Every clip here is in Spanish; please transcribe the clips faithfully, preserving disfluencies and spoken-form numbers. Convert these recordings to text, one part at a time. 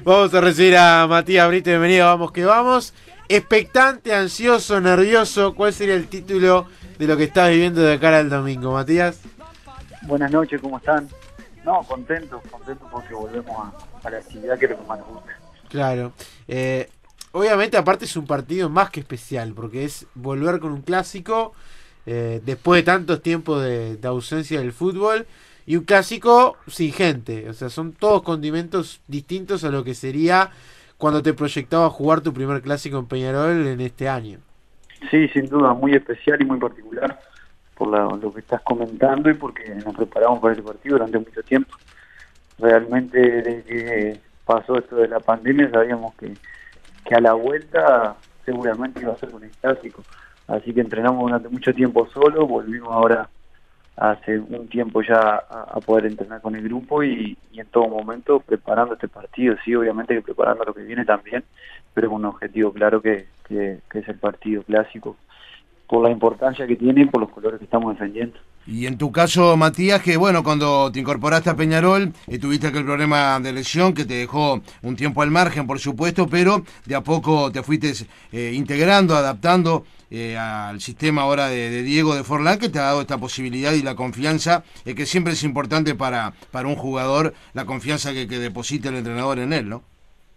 Vamos a recibir a Matías Brito, bienvenido, vamos que vamos. Expectante, ansioso, nervioso, ¿cuál sería el título de lo que estás viviendo de cara al domingo, Matías? Buenas noches, ¿cómo están? No, contentos, contentos porque volvemos a, a la actividad que es lo que más nos gusta. Claro, eh, obviamente aparte es un partido más que especial, porque es volver con un clásico, eh, después de tantos tiempos de, de ausencia del fútbol, y un clásico sin gente, o sea, son todos condimentos distintos a lo que sería cuando te proyectaba jugar tu primer clásico en Peñarol en este año. Sí, sin duda, muy especial y muy particular por la, lo que estás comentando y porque nos preparamos para ese partido durante mucho tiempo. Realmente desde que pasó esto de la pandemia sabíamos que, que a la vuelta seguramente iba a ser un clásico, así que entrenamos durante mucho tiempo solo, volvimos ahora hace un tiempo ya a, a poder entrenar con el grupo y, y en todo momento preparando este partido, sí, obviamente que preparando lo que viene también, pero con un objetivo claro que, que, que es el partido clásico, por la importancia que tiene y por los colores que estamos defendiendo. Y en tu caso, Matías, que bueno, cuando te incorporaste a Peñarol, eh, tuviste aquel problema de lesión que te dejó un tiempo al margen, por supuesto, pero de a poco te fuiste eh, integrando, adaptando eh, al sistema ahora de, de Diego de Forlán, que te ha dado esta posibilidad y la confianza, eh, que siempre es importante para, para un jugador, la confianza que, que deposita el entrenador en él, ¿no?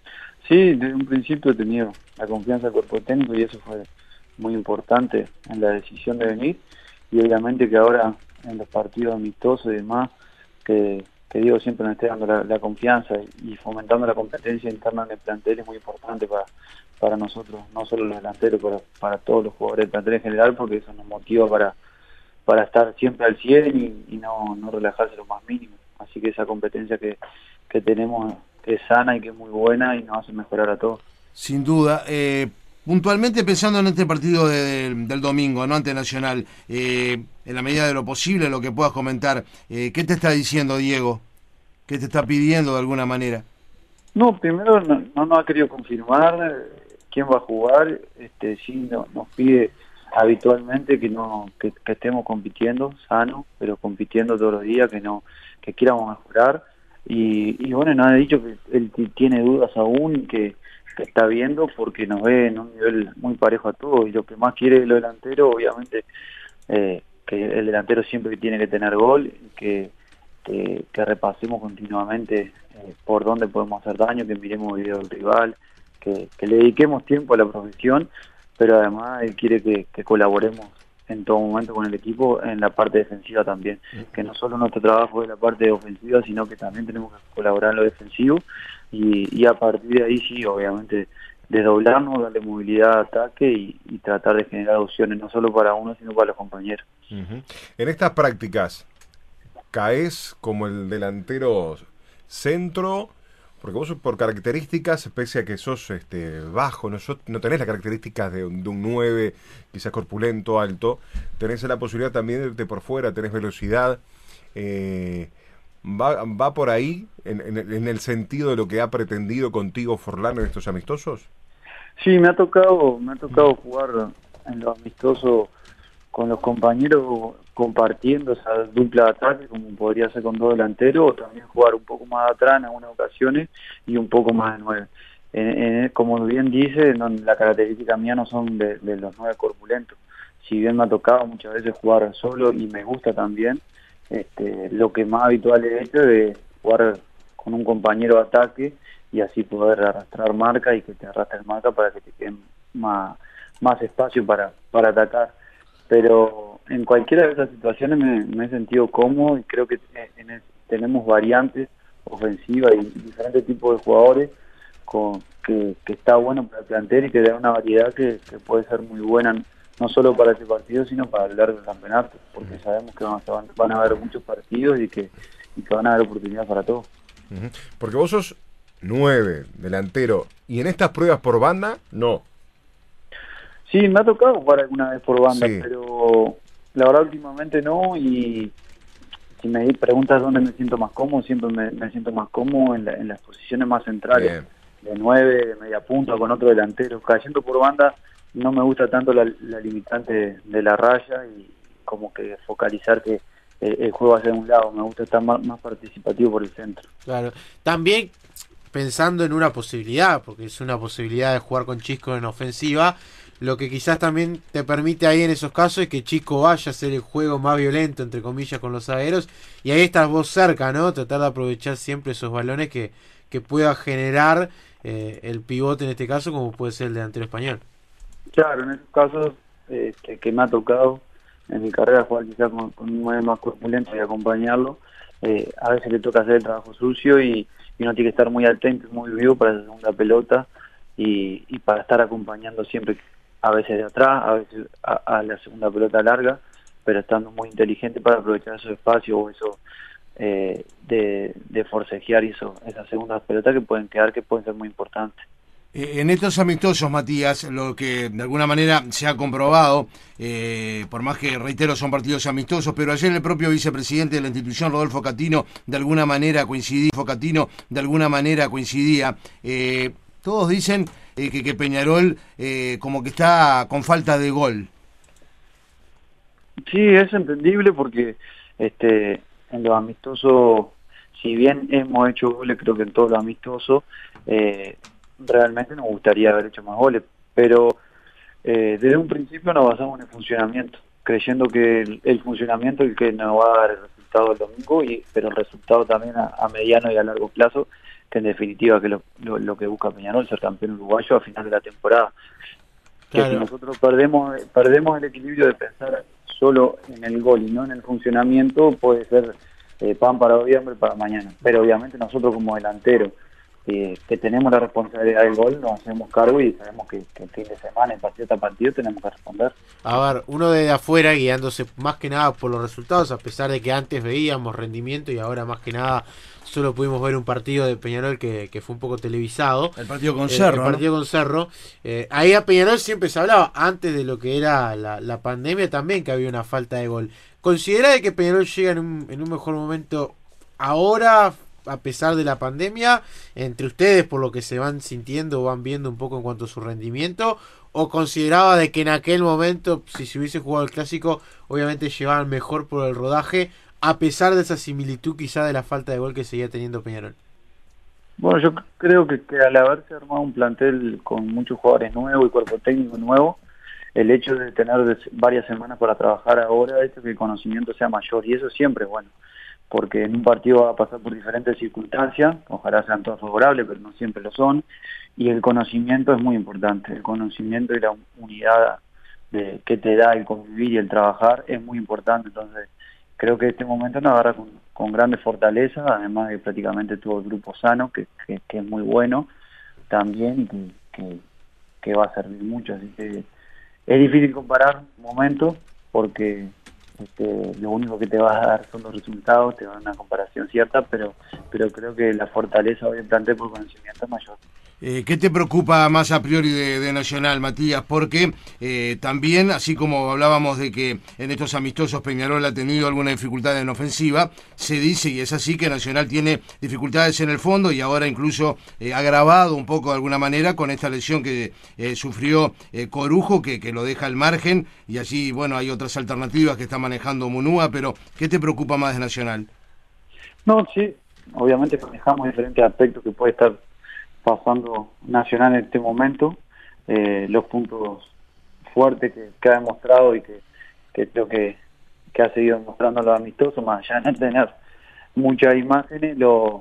Sí, desde un principio he tenido la confianza del cuerpo técnico y eso fue muy importante en la decisión de venir. Y obviamente que ahora en los partidos amistosos y demás, que, que Diego siempre nos esté dando la, la confianza y fomentando la competencia interna en el plantel es muy importante para, para nosotros, no solo los delanteros, para, para todos los jugadores del plantel en general, porque eso nos motiva para, para estar siempre al cien y, y no, no relajarse lo más mínimo. Así que esa competencia que, que tenemos que es sana y que es muy buena y nos hace mejorar a todos. Sin duda. Eh... Puntualmente pensando en este partido de, de, del domingo, ¿no? Ante Nacional, eh, en la medida de lo posible, lo que puedas comentar, eh, ¿qué te está diciendo Diego? ¿Qué te está pidiendo de alguna manera? No, primero no, no nos ha querido confirmar quién va a jugar, este sí no, nos pide habitualmente que no que, que estemos compitiendo, sano, pero compitiendo todos los días, que no que quieramos mejorar, y, y bueno, nos ha dicho que él tiene dudas aún y que que está viendo porque nos ve en un nivel muy parejo a todos y lo que más quiere el delantero obviamente eh, que el delantero siempre tiene que tener gol, que, que, que repasemos continuamente eh, por dónde podemos hacer daño, que miremos el video del rival, que, que le dediquemos tiempo a la profesión, pero además él quiere que, que colaboremos en todo momento con el equipo en la parte defensiva también, que no solo nuestro trabajo es la parte ofensiva, sino que también tenemos que colaborar en lo defensivo y, y a partir de ahí sí, obviamente, desdoblarnos, darle movilidad a ataque y, y tratar de generar opciones, no solo para uno, sino para los compañeros. Uh-huh. En estas prácticas, ¿caes como el delantero centro? Porque vos por características, pese a que sos este bajo, no, sos, no tenés las características de, de un nueve, quizás corpulento, alto, tenés la posibilidad también de irte por fuera, tenés velocidad. Eh, ¿va, ¿Va por ahí, en, en, en el sentido de lo que ha pretendido contigo Forlán en estos amistosos? Sí, me ha tocado, me ha tocado jugar en los amistosos con los compañeros compartiendo esa dupla de ataque como podría ser con dos delanteros, o también jugar un poco más atrás en algunas ocasiones y un poco más de nueve. Eh, eh, como bien dice, no, la característica mía no son de, de los nueve corpulentos. Si bien me ha tocado muchas veces jugar solo y me gusta también, este, lo que más habitual es esto de jugar con un compañero de ataque y así poder arrastrar marca y que te arrastre marca para que te quede más, más espacio para, para atacar. Pero en cualquiera de esas situaciones me, me he sentido cómodo y creo que en el, tenemos variantes ofensivas y diferentes tipos de jugadores con, que, que está bueno para el plantel y que da una variedad que, que puede ser muy buena, no solo para este partido, sino para el largo del campeonato, porque sabemos que van, van a haber muchos partidos y que, y que van a haber oportunidades para todos. Uh-huh. Porque vos sos nueve, delantero, y en estas pruebas por banda, no. Sí, me ha tocado jugar alguna vez por banda, sí. Pero la verdad últimamente no, y si me preguntas dónde me siento más cómodo, siempre me, me siento más cómodo en, la, en las posiciones más centrales, Bien. de nueve, de media punta, con otro delantero. Cayendo por banda no me gusta tanto la, la limitante de, de la raya y como que focalizar que el, el juego hacia un lado, me gusta estar más, más participativo por el centro. Claro, también pensando en una posibilidad, porque es una posibilidad de jugar con Chisco en ofensiva. Lo que quizás también te permite ahí en esos casos es que Chisco vaya a hacer el juego más violento, entre comillas, con los zagueros. Y ahí estás vos cerca, ¿no? Tratar de aprovechar siempre esos balones que, que pueda generar eh, el pivote en este caso, como puede ser el delantero español. Claro, en esos casos eh, que, que me ha tocado en mi carrera jugar quizás con, con un nueve más corpulento y acompañarlo, eh, a veces le toca hacer el trabajo sucio y, y uno tiene que estar muy atento y muy vivo para esa segunda pelota y, y para estar acompañando siempre, a veces de atrás, a veces a, a la segunda pelota larga, pero estando muy inteligente para aprovechar esos espacios o eso eh, de, de forcejear y eso, esas segundas pelotas que pueden quedar, que pueden ser muy importantes. Eh, En estos amistosos, Matías, lo que de alguna manera se ha comprobado, eh, por más que, reitero, son partidos amistosos, pero ayer el propio vicepresidente de la institución, Rodolfo Catino, de alguna manera coincidía, Catino, de alguna manera coincidía. Eh, todos dicen eh, que, que Peñarol eh, como que está con falta de gol. Sí, es entendible porque este en los amistosos, si bien hemos hecho goles, creo que en todos los amistosos, eh, realmente nos gustaría haber hecho más goles, pero eh, desde un principio nos basamos en el funcionamiento, creyendo que el, el funcionamiento es el que nos va a dar el resultado el domingo, y pero el resultado también a, a mediano y a largo plazo, que en definitiva que es lo, lo, lo que busca Peñarol, ser campeón uruguayo a final de la temporada. Claro. Que si nosotros perdemos perdemos el equilibrio de pensar solo en el gol y no en el funcionamiento, puede ser eh, pan para hoy, hambre para mañana. Pero obviamente nosotros como delantero, eh, que tenemos la responsabilidad del gol, nos hacemos cargo y sabemos que, que el fin de semana, en partido tras partido, tenemos que responder. A ver, uno de afuera guiándose más que nada por los resultados, a pesar de que antes veíamos rendimiento y ahora más que nada solo pudimos ver un partido de Peñarol que, que fue un poco televisado. El partido con eh, Cerro. El partido ¿no? con Cerro. Eh, ahí a Peñarol siempre se hablaba, antes de lo que era la, la pandemia también, que había una falta de gol. ¿Considera de que Peñarol llega en un, en un mejor momento ahora, a pesar de la pandemia, entre ustedes, por lo que se van sintiendo o van viendo un poco en cuanto a su rendimiento? ¿O consideraba de que en aquel momento, si se hubiese jugado el clásico, obviamente llevaban mejor por el rodaje, a pesar de esa similitud quizá de la falta de gol que seguía teniendo Peñarol? Bueno, yo creo que, que al haberse armado un plantel con muchos jugadores nuevos y cuerpo técnico nuevo, el hecho de tener varias semanas para trabajar ahora ha hecho que el conocimiento sea mayor, y eso siempre es bueno, porque en un partido va a pasar por diferentes circunstancias, ojalá sean todas favorables, pero no siempre lo son, y el conocimiento es muy importante, el conocimiento y la unidad de, que te da el convivir y el trabajar es muy importante. Entonces creo que este momento nos agarra con, con grandes fortalezas, además de prácticamente todo el grupo sano, que, que, que es muy bueno también, y que, que, que va a servir mucho, así que es difícil comparar momentos, porque Este, lo único que te va a dar son los resultados, te va a dar una comparación cierta, pero pero creo que la fortaleza hoy del plantel por conocimiento es mayor. Eh, ¿Qué te preocupa más a priori de, de Nacional, Matías? Porque eh, también, así como hablábamos de que en estos amistosos Peñarol ha tenido alguna dificultad en ofensiva, se dice, y es así, que Nacional tiene dificultades en el fondo y ahora incluso eh, agravado un poco de alguna manera con esta lesión que eh, sufrió eh, Corujo, que, que lo deja al margen, y allí, bueno, hay otras alternativas que está manejando Munúa, pero ¿qué te preocupa más de Nacional? No, sí, obviamente manejamos diferentes aspectos que puede estar pasando Nacional en este momento, eh, los puntos fuertes que, que ha demostrado y que, que creo que, que ha seguido demostrando los amistosos, más allá de no tener muchas imágenes, lo,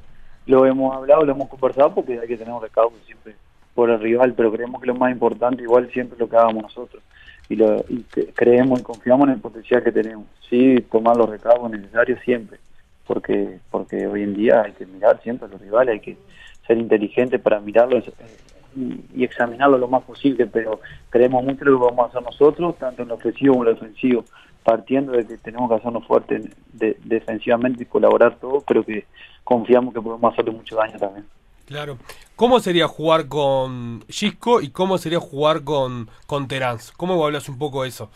lo hemos hablado, lo hemos conversado, porque hay que tener un recaudo siempre por el rival, pero creemos que lo más importante igual siempre es lo que hagamos nosotros, y, lo, y que creemos y confiamos en el potencial que tenemos, sí, tomar los recaudos necesarios siempre, porque porque hoy en día hay que mirar siempre a los rivales, hay que ser inteligente para mirarlo y, y examinarlo lo más posible, pero creemos mucho lo que vamos a hacer nosotros, tanto en lo ofensivo como en lo ofensivo, partiendo de que tenemos que hacernos fuertes de, defensivamente y colaborar todos, pero que confiamos que podemos hacerle mucho daño también. Claro. ¿Cómo sería jugar con Chisco y cómo sería jugar con, con Terán? ¿Cómo evaluas un poco eso?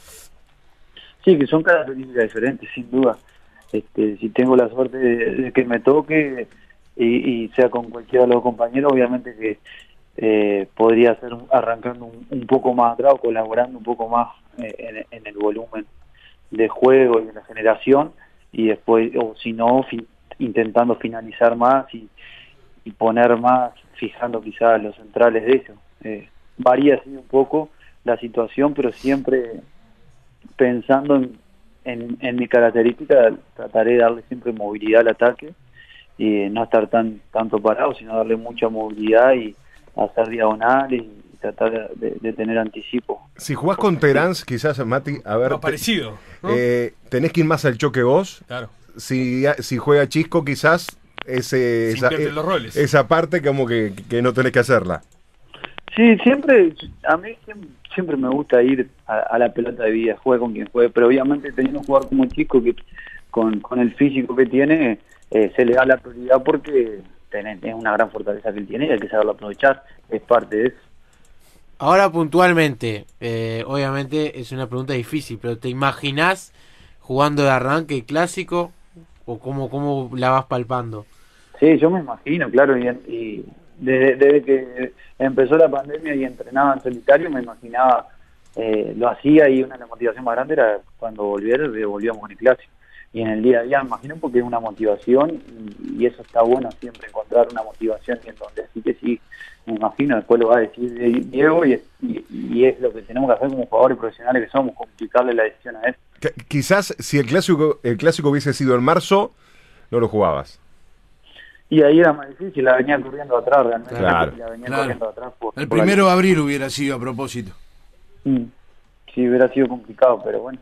Sí, que son características diferentes, sin duda. Este, si tengo la suerte de, de que me toque y, y sea con cualquiera de los compañeros, obviamente que eh, podría ser un, arrancando un, un poco más atrás o colaborando un poco más eh, en, en el volumen de juego y de la generación, y después, o si no, fin, intentando finalizar más y, y poner más, fijando quizás los centrales de eso. Eh, varía así un poco la situación, pero siempre pensando en, en, en mi característica, trataré de darle siempre movilidad al ataque y no estar tan tanto parado, sino darle mucha movilidad y hacer diagonales y tratar de, de tener anticipo. Si jugás con Terán, quizás, Mati, a ver... Más parecido, ¿no? Eh, tenés que ir más al choque vos. Claro. Si, si juega Chisco, quizás ese, Se esa, invierten los roles. esa parte como que, que no tenés que hacerla. Sí, siempre, a mí siempre, siempre me gusta ir a, a la pelota de vida, juegue con quien juegue, pero obviamente teniendo un jugador como Chico, que con, con el físico que tiene, eh, se le da la prioridad porque tenés, es una gran fortaleza que él tiene y hay que saberlo aprovechar, es parte de eso. Ahora puntualmente, eh, obviamente es una pregunta difícil, pero ¿te imaginás jugando de arranque clásico o cómo, cómo la vas palpando? Sí, yo me imagino, claro, y, y desde, desde que empezó la pandemia y entrenaba en solitario, me imaginaba, eh, lo hacía y una de las motivaciones más grandes era cuando volviera, volvíamos con el clásico. Y en el día a día me imagino porque es una motivación y, y eso está bueno siempre, encontrar una motivación y en donde así que sí, me imagino, después lo va a decir Diego y, y, y es lo que tenemos que hacer como jugadores profesionales que somos, complicarle la decisión a él. Qu- quizás si el clásico, el clásico hubiese sido en marzo, no lo jugabas. Y ahí era más difícil, la venía corriendo atrás realmente. Claro. La venía Claro. corriendo atrás por, El por la- primero de abril hubiera sido a propósito. Mm. Sí, hubiera sido complicado, pero bueno.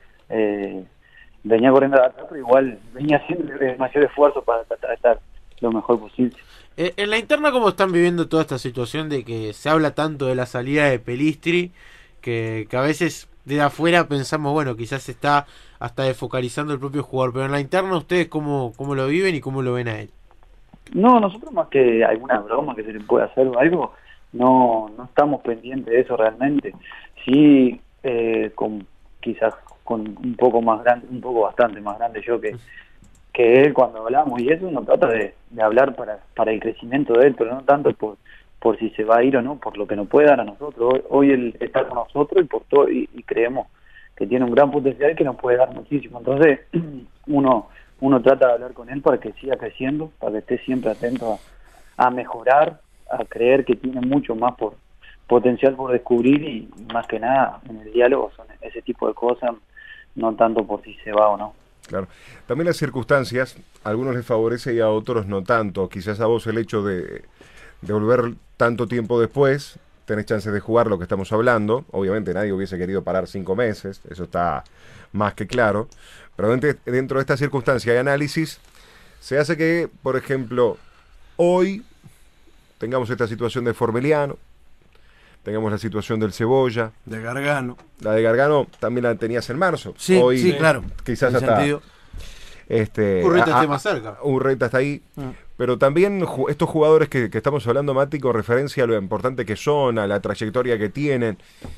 Eh, venía corriendo atrás, pero igual venía haciendo demasiado esfuerzo para tratar de estar lo mejor posible. Eh, en la interna, ¿cómo están viviendo toda esta situación de que se habla tanto de la salida de Pelistri, que, que a veces desde afuera pensamos, bueno, quizás se está hasta desfocalizando el propio jugador, pero en la interna ustedes cómo, cómo lo viven y cómo lo ven a él? No, nosotros más que alguna broma que se le pueda hacer o algo, no no estamos pendientes de eso realmente. Sí, eh, con quizás con un poco más grande, un poco bastante más grande yo que, que él cuando hablamos, y eso uno trata de, de hablar para, para el crecimiento de él, pero no tanto por por si se va a ir o no, por lo que nos puede dar a nosotros. Hoy, hoy él está con nosotros y por todo y, y creemos que tiene un gran potencial que nos puede dar muchísimo. Entonces, uno uno trata de hablar con él para que siga creciendo, para que esté siempre atento a, a mejorar, a creer que tiene mucho más por potencial por descubrir y más que nada en el diálogo son ese tipo de cosas, no tanto por si se va o no. Claro. También las circunstancias, a algunos les favorece y a otros no tanto. Quizás a vos el hecho de, de volver tanto tiempo después, tenés chances de jugar lo que estamos hablando. Obviamente nadie hubiese querido parar cinco meses, eso está más que claro. Pero dentro, dentro de esta circunstancia de análisis, se hace que, por ejemplo, hoy tengamos esta situación de Formeliano, tengamos la situación del Cebolla, De Gargano. la de Gargano también la tenías en marzo. Sí, hoy, sí, claro. Quizás En hasta sentido. este, Urreta a- esté a- más cerca. Urreta está ahí. Mm. Pero también ju- estos jugadores que, que estamos hablando, Mati, con referencia a lo importante que son, a la trayectoria que tienen.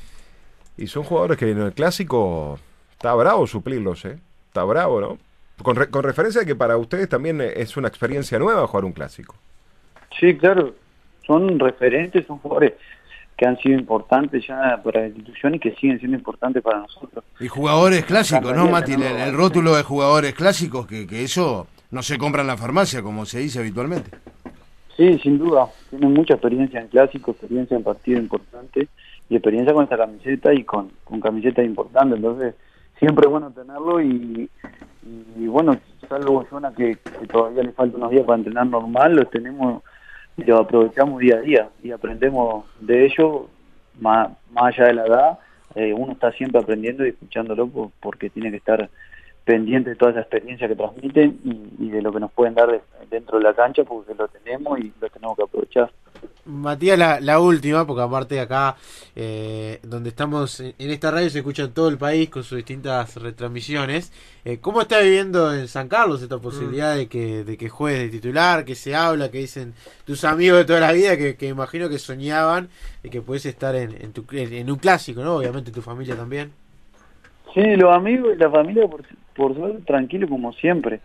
Y son jugadores que en el clásico está bravo suplirlos, ¿eh? Está bravo, ¿no? Con, re- con referencia a que para ustedes también es una experiencia nueva jugar un clásico. Sí, claro, son referentes, son jugadores que han sido importantes ya para la institución y que siguen siendo importantes para nosotros. Y jugadores clásicos, ¿no, Mati? El, También, el rótulo de jugadores clásicos, que, que eso no se compra en la farmacia, como se dice habitualmente. Sí, sin duda, tienen mucha experiencia en clásicos, experiencia en partidos importantes y experiencia con esta camiseta y con, con camisetas importantes, entonces siempre es bueno tenerlo y, y bueno, salvo Jonah que, que todavía le falta unos días para entrenar normal, los tenemos y los aprovechamos día a día y aprendemos de ellos, más, más allá de la edad, eh, uno está siempre aprendiendo y escuchándolo por- porque tiene que estar pendiente de toda esa experiencia que transmiten y, y de lo que nos pueden dar de- dentro de la cancha porque lo tenemos y lo tenemos que aprovechar. Matías, la, la última, porque aparte de acá, eh, donde estamos en, en esta radio, se escucha en todo el país con sus distintas retransmisiones. Eh, ¿Cómo está viviendo en San Carlos esta posibilidad de que de que juegues de titular, que se habla, que dicen tus amigos de toda la vida, que, que imagino que soñaban de que puedes estar en, en, tu, en, en un clásico, ¿no? Obviamente tu familia también. Sí, los amigos y la familia, por, por suerte, tranquilo como siempre.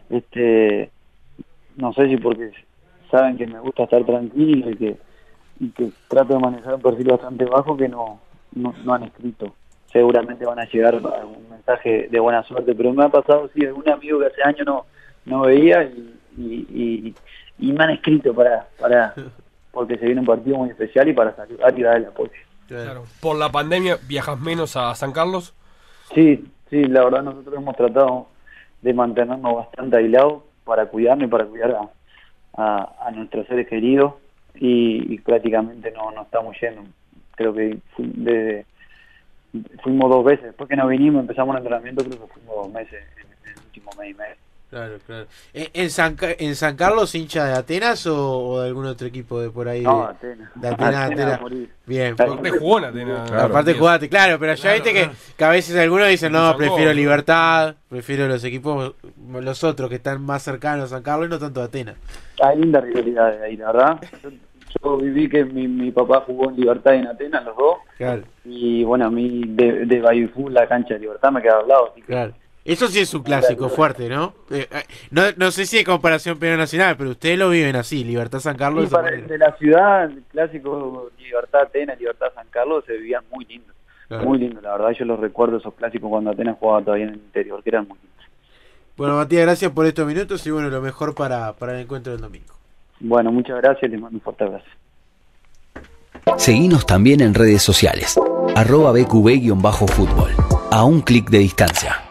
Este, no sé si porque saben que me gusta estar tranquilo y que, y que trato de manejar un perfil bastante bajo que no, no, no han escrito. Seguramente van a llegar algún mensaje de buena suerte, pero me ha pasado, sí, algún amigo que hace años no, no veía y, y, y, y me han escrito para, para porque se viene un partido muy especial y para saludar y dar el apoyo. Claro. ¿Por la pandemia viajas menos a San Carlos? Sí, sí, la verdad nosotros hemos tratado de mantenernos bastante aislados para cuidarnos y para cuidar a, a, a nuestros seres queridos y, y prácticamente no, no estamos yendo. Creo que fu desde, fuimos dos veces, después que nos vinimos empezamos el entrenamiento, creo que fuimos dos meses en, en el último mes y medio. Claro, claro. ¿En San, en San Carlos hincha de Atenas o, o de algún otro equipo de por ahí? No, de, Atenas. De Atenas, Atenas, Atenas. morir. Bien. Aparte jugó en Atenas. Claro. Aparte jugaste, claro, pero ya Claro, viste claro. que, que a veces algunos dicen, no, Sacó, prefiero ¿no? Libertad, prefiero los equipos, los otros que están más cercanos a San Carlos y no tanto a Atenas. Hay linda rivalidad ahí, la verdad. Yo, yo viví que mi, mi papá jugó en Libertad y en Atenas, los dos. Claro, Y bueno, a mí de, de Bayfú, la cancha de Libertad me queda al lado. Así que claro. Eso sí es un clásico fuerte, ¿no? Eh, eh, no, no sé si de comparación Peñarol Nacional, pero ustedes lo viven así, Libertad San Carlos. sí, de esa para, manera. de la ciudad, el clásico Libertad Atenas, Libertad San Carlos se vivían muy lindo. Claro. Muy lindo, la verdad yo los recuerdo esos clásicos cuando Atenas jugaba todavía en el interior, que eran muy lindos. Bueno, Matías, gracias por estos minutos y bueno, lo mejor para, para el encuentro del domingo. Bueno, muchas gracias, les mando un fuerte abrazo. Seguinos también en redes sociales, arroba B Q B guión bajo fútbol, a un clic de distancia.